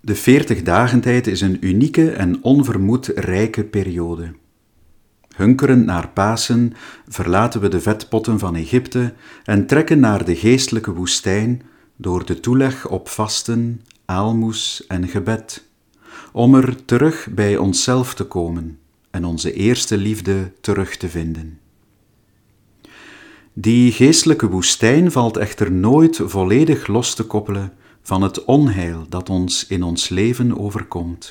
De 40-dagentijd is een unieke en onvermoed rijke periode. Hunkerend naar Pasen verlaten we de vetpotten van Egypte en trekken naar de geestelijke woestijn door de toeleg op vasten, aalmoes en gebed, om er terug bij onszelf te komen en onze eerste liefde terug te vinden. Die geestelijke woestijn valt echter nooit volledig los te koppelen van het onheil dat ons in ons leven overkomt.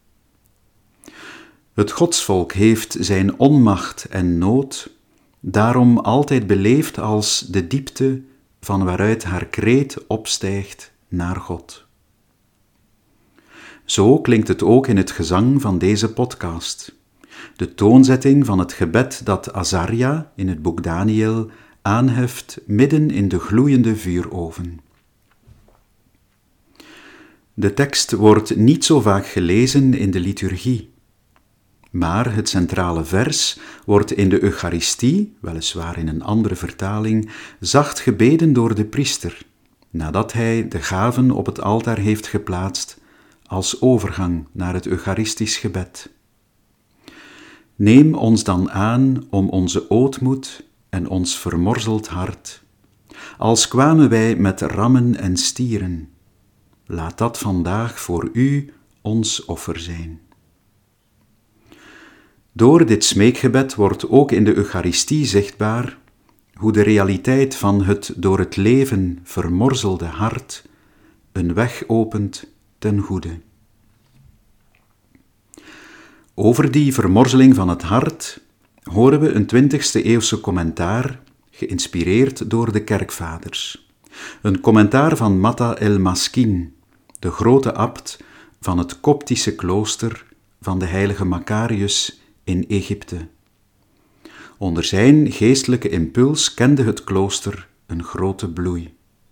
Het godsvolk heeft zijn onmacht en nood daarom altijd beleefd als de diepte van waaruit haar kreet opstijgt naar God. Zo klinkt het ook in het gezang van deze podcast, de toonzetting van het gebed dat Azaria in het boek Daniël aanheft midden in de gloeiende vuuroven. De tekst wordt niet zo vaak gelezen in de liturgie, maar het centrale vers wordt in de Eucharistie, weliswaar in een andere vertaling, zacht gebeden door de priester, nadat hij de gaven op het altaar heeft geplaatst als overgang naar het Eucharistisch gebed. Neem ons dan aan om onze ootmoed en ons vermorzeld hart, als kwamen wij met rammen en stieren. Laat dat vandaag voor u ons offer zijn. Door dit smeekgebed wordt ook in de Eucharistie zichtbaar hoe de realiteit van het door het leven vermorzelde hart een weg opent ten goede. Over die vermorzeling van het hart horen we een 20e-eeuwse commentaar, geïnspireerd door de kerkvaders. Een commentaar van Matta el-Maskin, de grote abt van het Koptische klooster van de heilige Macarius in Egypte. Onder zijn geestelijke impuls kende het klooster een grote bloei.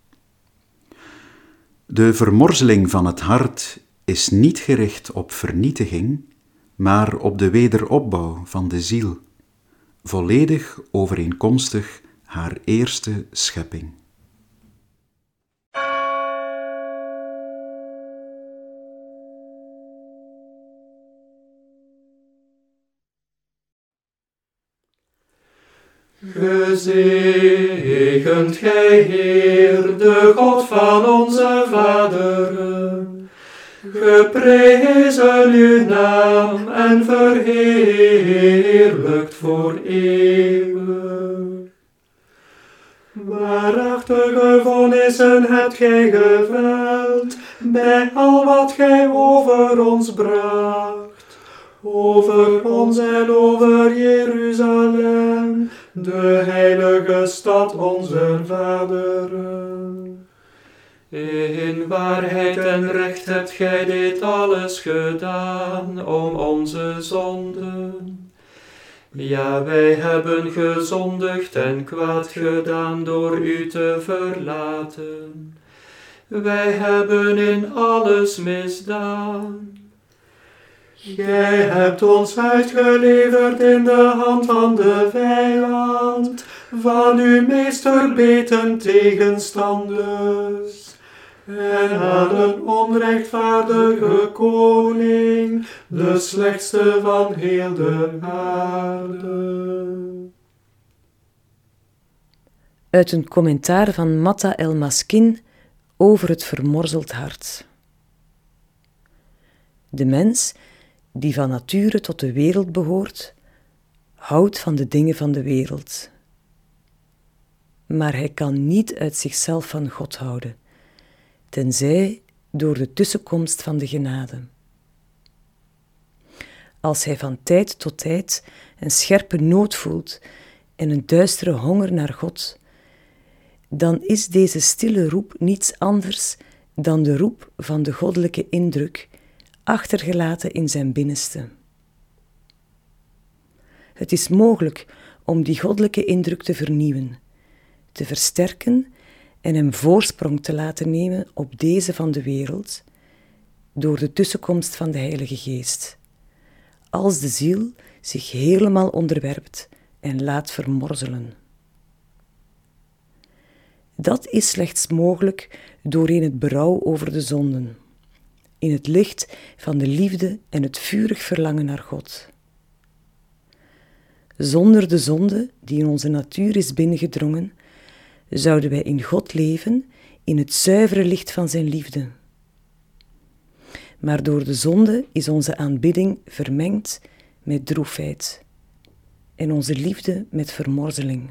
De vermorzeling van het hart is niet gericht op vernietiging, maar op de wederopbouw van de ziel, volledig overeenkomstig haar eerste schepping. Gezegend gij, Heer, de God van onze vaderen, geprezen uw naam en verheerlijkt voor eeuwig. Waarachtige vonnissen hebt gij geveld bij al wat gij over ons bracht, over ons en over Jeruzalem, de heilige stad onze vaderen. In waarheid en recht hebt gij dit alles gedaan om onze zonden. Ja, wij hebben gezondigd en kwaad gedaan door u te verlaten. Wij hebben in alles misdaan. Gij hebt ons uitgeleverd in de hand van de vijand, van uw meest verbeten tegenstanders, en aan een onrechtvaardige koning, de slechtste van heel de aarde. Uit een commentaar van Matta el-Maskin over het vermorzeld hart. De mens, die van nature tot de wereld behoort, houdt van de dingen van de wereld. Maar hij kan niet uit zichzelf van God houden, tenzij door de tussenkomst van de genade. Als hij van tijd tot tijd een scherpe nood voelt en een duistere honger naar God, dan is deze stille roep niets anders dan de roep van de goddelijke indruk, achtergelaten in zijn binnenste. Het is mogelijk om die goddelijke indruk te vernieuwen, te versterken en hem voorsprong te laten nemen op deze van de wereld, door de tussenkomst van de Heilige Geest, als de ziel zich helemaal onderwerpt en laat vermorzelen. Dat is slechts mogelijk doorheen het berouw over de zonden, in het licht van de liefde en het vurig verlangen naar God. Zonder de zonde die in onze natuur is binnengedrongen, zouden wij in God leven in het zuivere licht van zijn liefde. Maar door de zonde is onze aanbidding vermengd met droefheid en onze liefde met vermorzeling.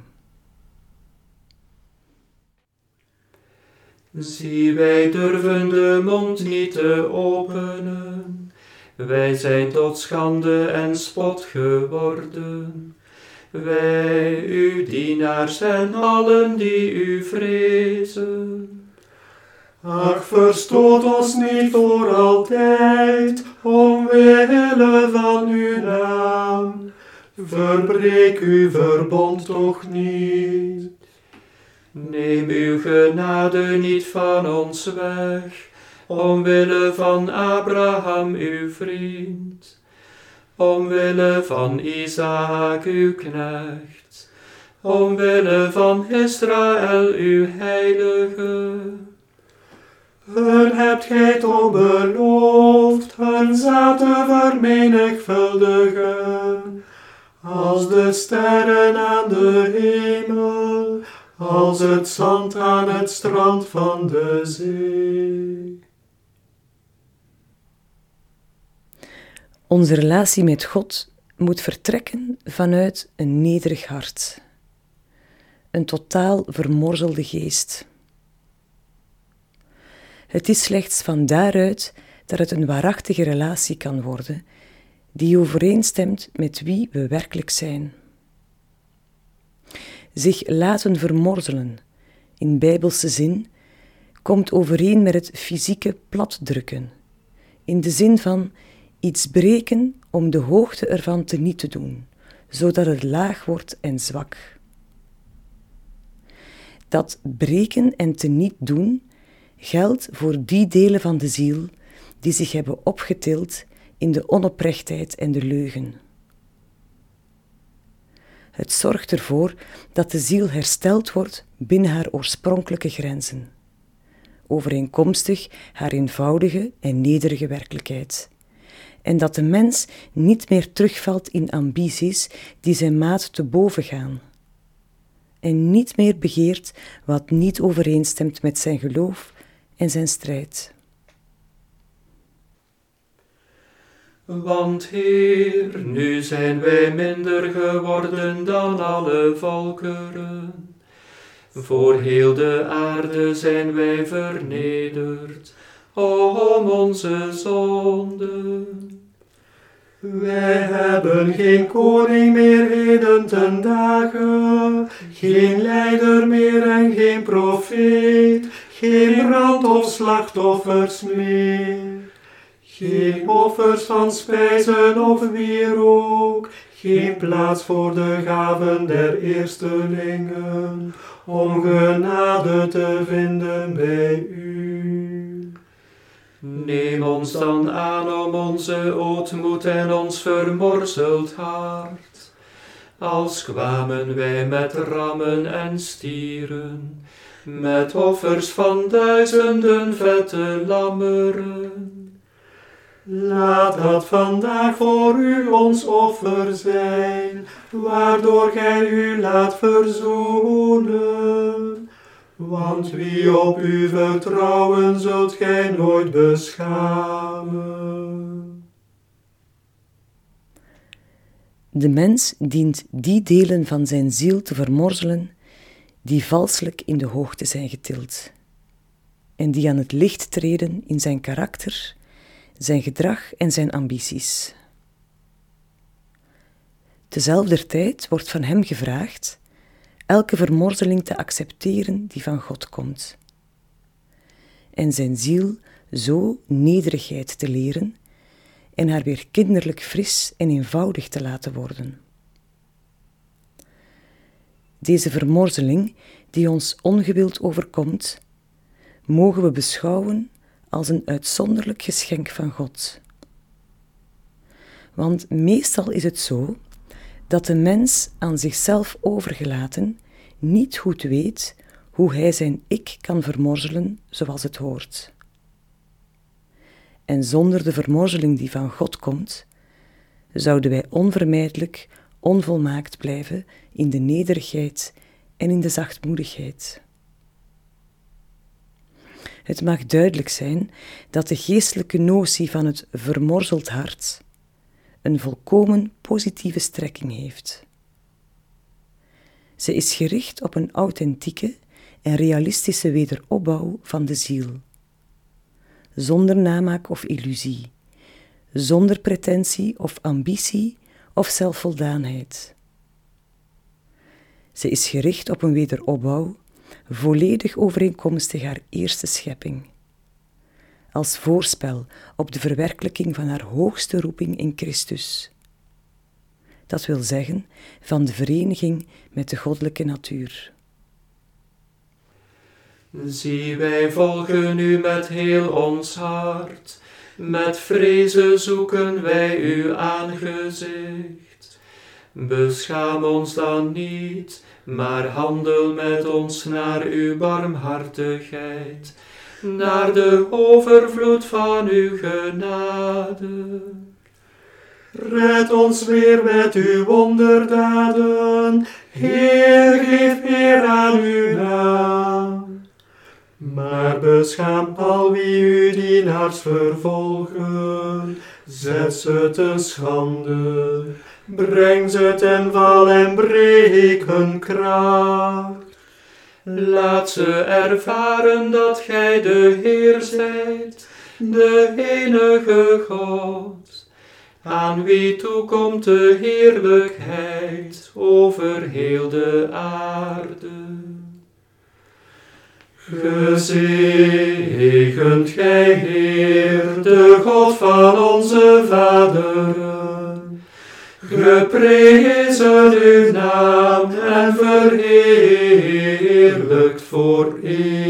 Zie, wij durven de mond niet te openen. Wij zijn tot schande en spot geworden. Wij, uw dienaars en allen die u vrezen. Ach, verstoot ons niet voor altijd, omwille van uw naam. Verbreek uw verbond toch niet. Neem uw genade niet van ons weg, omwille van Abraham uw vriend, omwille van Isaak uw knecht, omwille van Israël uw heilige. Hun hebt gij toch beloofd, hun zaad te vermenigvuldigen, als de sterren aan de hemel, als het zand aan het strand van de zee. Onze relatie met God moet vertrekken vanuit een nederig hart, een totaal vermorzelde geest. Het is slechts van daaruit dat het een waarachtige relatie kan worden, die overeenstemt met wie we werkelijk zijn. Zich laten vermorzelen, in bijbelse zin, komt overeen met het fysieke platdrukken, in de zin van iets breken om de hoogte ervan teniet te doen, zodat het laag wordt en zwak. Dat breken en teniet doen geldt voor die delen van de ziel die zich hebben opgetild in de onoprechtheid en de leugen. Het zorgt ervoor dat de ziel hersteld wordt binnen haar oorspronkelijke grenzen, overeenkomstig haar eenvoudige en nederige werkelijkheid, en dat de mens niet meer terugvalt in ambities die zijn maat te boven gaan, en niet meer begeert wat niet overeenstemt met zijn geloof en zijn strijd. Want Heer, nu zijn wij minder geworden dan alle volkeren. Voor heel de aarde zijn wij vernederd, om onze zonden. Wij hebben geen koning meer heden ten dagen, geen leider meer en geen profeet, geen brand of slachtoffers meer. Geen offers van spijzen of wierook, geen plaats voor de gaven der eerstelingen, om genade te vinden bij u. Neem ons dan aan om onze ootmoed en ons vermorzeld hart, als kwamen wij met rammen en stieren, met offers van duizenden vette lammeren. Laat dat vandaag voor u ons offer zijn, waardoor gij u laat verzoenen. Want wie op u vertrouwen, zult gij nooit beschamen. De mens dient die delen van zijn ziel te vermorzelen die valselijk in de hoogte zijn getild en die aan het licht treden in zijn karakter, zijn gedrag en zijn ambities. Tezelfder tijd wordt van hem gevraagd elke vermorzeling te accepteren die van God komt en zijn ziel zo nederigheid te leren en haar weer kinderlijk fris en eenvoudig te laten worden. Deze vermorzeling die ons ongewild overkomt, mogen we beschouwen als een uitzonderlijk geschenk van God. Want meestal is het zo dat de mens aan zichzelf overgelaten niet goed weet hoe hij zijn ik kan vermorzelen zoals het hoort. en zonder de vermorzeling die van God komt, zouden wij onvermijdelijk onvolmaakt blijven in de nederigheid en in de zachtmoedigheid. Het mag duidelijk zijn dat de geestelijke notie van het vermorzeld hart een volkomen positieve strekking heeft. Ze is gericht op een authentieke en realistische wederopbouw van de ziel, zonder namaak of illusie, zonder pretentie of ambitie of zelfvoldaanheid. Ze is gericht op een wederopbouw volledig overeenkomstig haar eerste schepping, als voorspel op de verwerkelijking van haar hoogste roeping in Christus. Dat wil zeggen, van de vereniging met de goddelijke natuur. Zie, wij volgen u met heel ons hart, met vrezen zoeken wij uw aangezicht. Beschaam ons dan niet, maar handel met ons naar uw barmhartigheid, naar de overvloed van uw genade. Red ons weer met uw wonderdaden, Heer, geef eer aan uw naam. Maar beschaam al wie uw dienaars vervolgen, zet ze te schande, breng ze ten val en breek hun kracht. Laat ze ervaren dat gij de Heer zijt, de enige God, aan wie toekomt de heerlijkheid over heel de aarde. Gezegend gij, Heer, de God van onze vaderen, geprezen uw naam en verheerlijkt voor eeuwig.